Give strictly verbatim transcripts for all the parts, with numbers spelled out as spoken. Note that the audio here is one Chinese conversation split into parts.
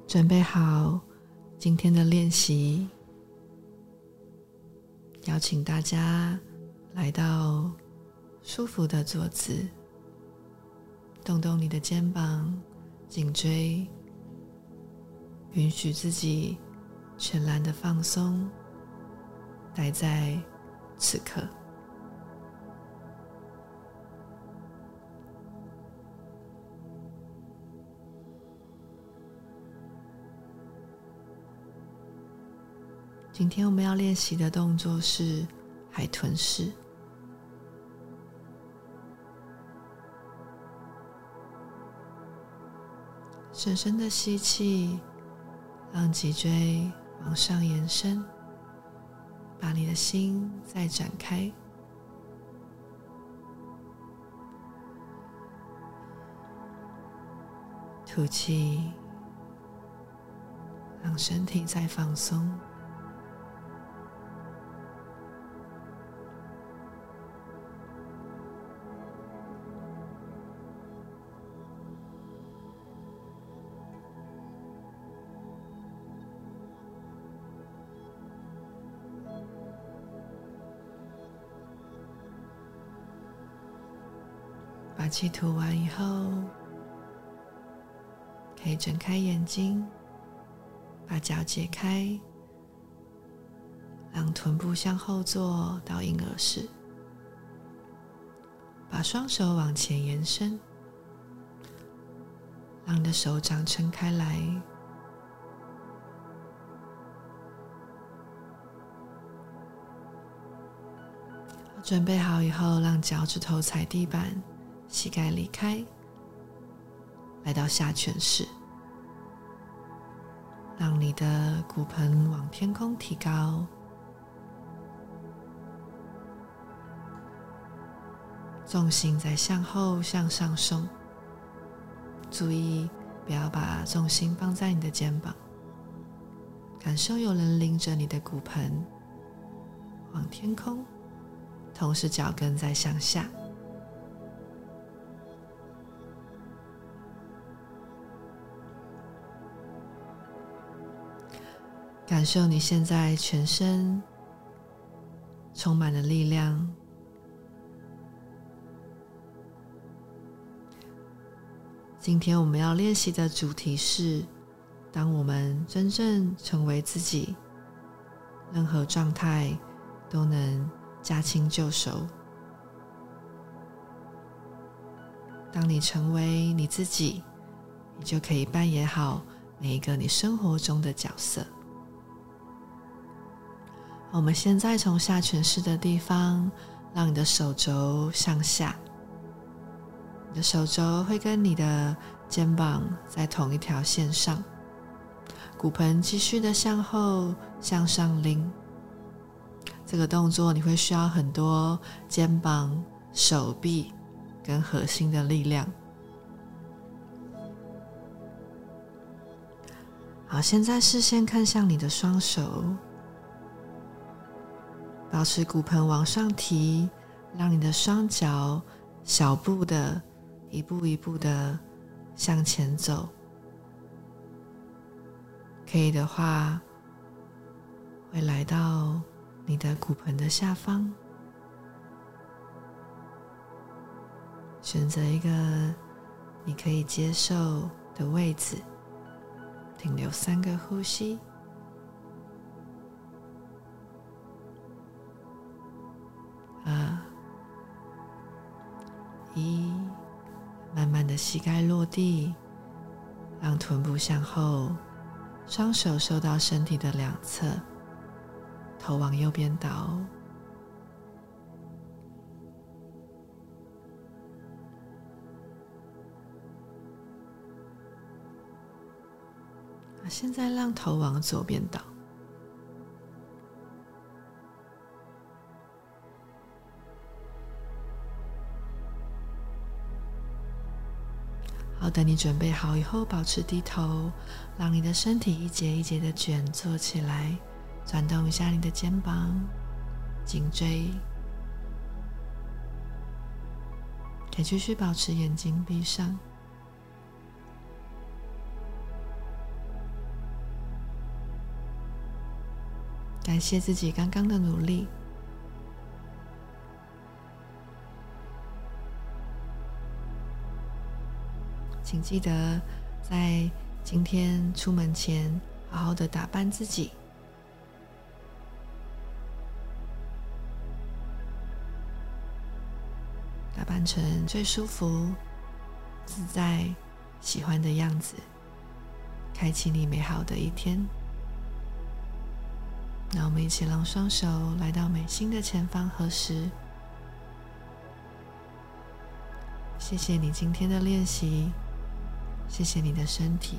准备好今天的练习，邀请大家来到舒服的坐姿，动动你的肩膀、颈椎，允许自己全然的放松，待在此刻。今天我们要练习的动作是海豚式。深深的吸气，让脊椎往上延伸，把你的心再展开。吐气，让身体再放松。把气吐完以后，可以睁开眼睛，把脚解开，让臀部向后坐到婴儿式，把双手往前延伸，让你的手掌撑开来。准备好以后，让脚趾头踩地板，膝盖离开，来到下犬式，让你的骨盆往天空提高，重心再向后向上送，注意不要把重心放在你的肩膀，感受有人拎着你的骨盆往天空，同时脚跟再向下。感受你现在全身充满了力量。今天我们要练习的主题是，当我们真正成为自己，任何状态都能驾轻就熟。当你成为你自己，你就可以扮演好每一个你生活中的角色。我们现在从下犬式的地方，让你的手肘向下，你的手肘会跟你的肩膀在同一条线上，骨盆继续的向后向上拎。这个动作你会需要很多肩膀、手臂跟核心的力量。好，现在视线看向你的双手，保持骨盆往上提，让你的双脚小步的一步一步的向前走。可以的话，会来到你的骨盆的下方，选择一个你可以接受的位置，停留三个呼吸。二一，慢慢的膝盖落地，让臀部向后，双手收到身体的两侧，头往右边倒。现在让头往左边倒。好，等你准备好以后，保持低头，让你的身体一节一节的卷坐起来，转动一下你的肩膀、颈椎，可以继续保持眼睛闭上。 感谢自己刚刚的努力。请记得在今天出门前好好的打扮自己，打扮成最舒服、自在、喜欢的样子，开启你美好的一天。那我们一起让双手来到眉心的前方合十。谢谢你今天的练习，谢谢你的身体。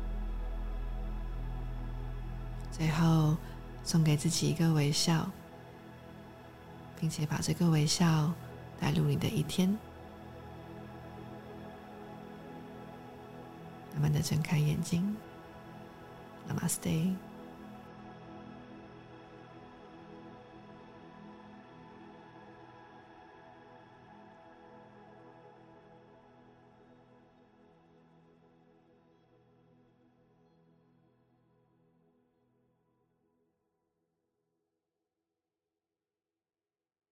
最后，送给自己一个微笑，并且把这个微笑带入你的一天。慢慢的睁开眼睛 ，Namaste。